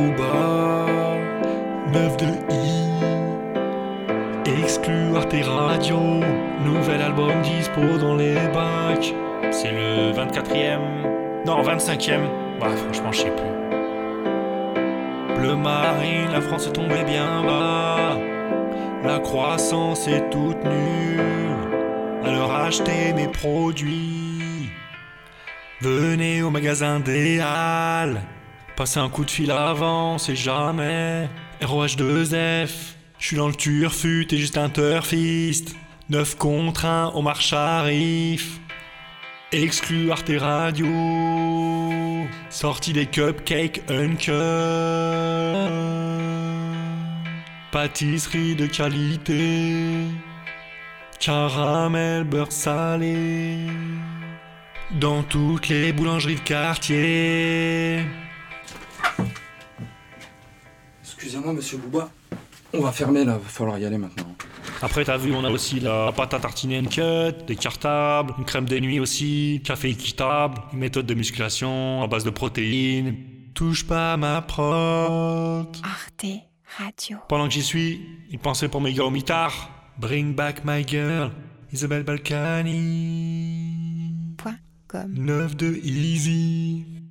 Booba, 9 de I, exclu Arte Radio, nouvel album dispo dans les bacs. C'est le 24e, non 25e, bah franchement je sais plus. Bleu marine, la France est tombée bien bas, la croissance est toute nulle, alors achetez mes produits. Venez au magasin des Halles, passez un coup de fil avant, c'est jamais. ROH2F, je suis dans le turfu, t'es juste un turfiste. 9 contre 1, Omar Sharif. Exclu Arte Radio, sorti des cupcakes Uncut. Pâtisserie de qualité, caramel beurre salé, dans toutes les boulangeries de quartier. Excusez-moi, monsieur Booba. On va fermer là, va falloir y aller maintenant. Après, t'as vu, on a aussi la pâte à tartiner Uncut, des cartables, une crème des nuits aussi, café équitable, une méthode de musculation à base de protéines. Touche pas à ma prot. Arte Radio. Pendant que j'y suis, il pensait pour mes gars au mitard. Bring back my girl, Isabelle Balkany. .com 9 de Easy.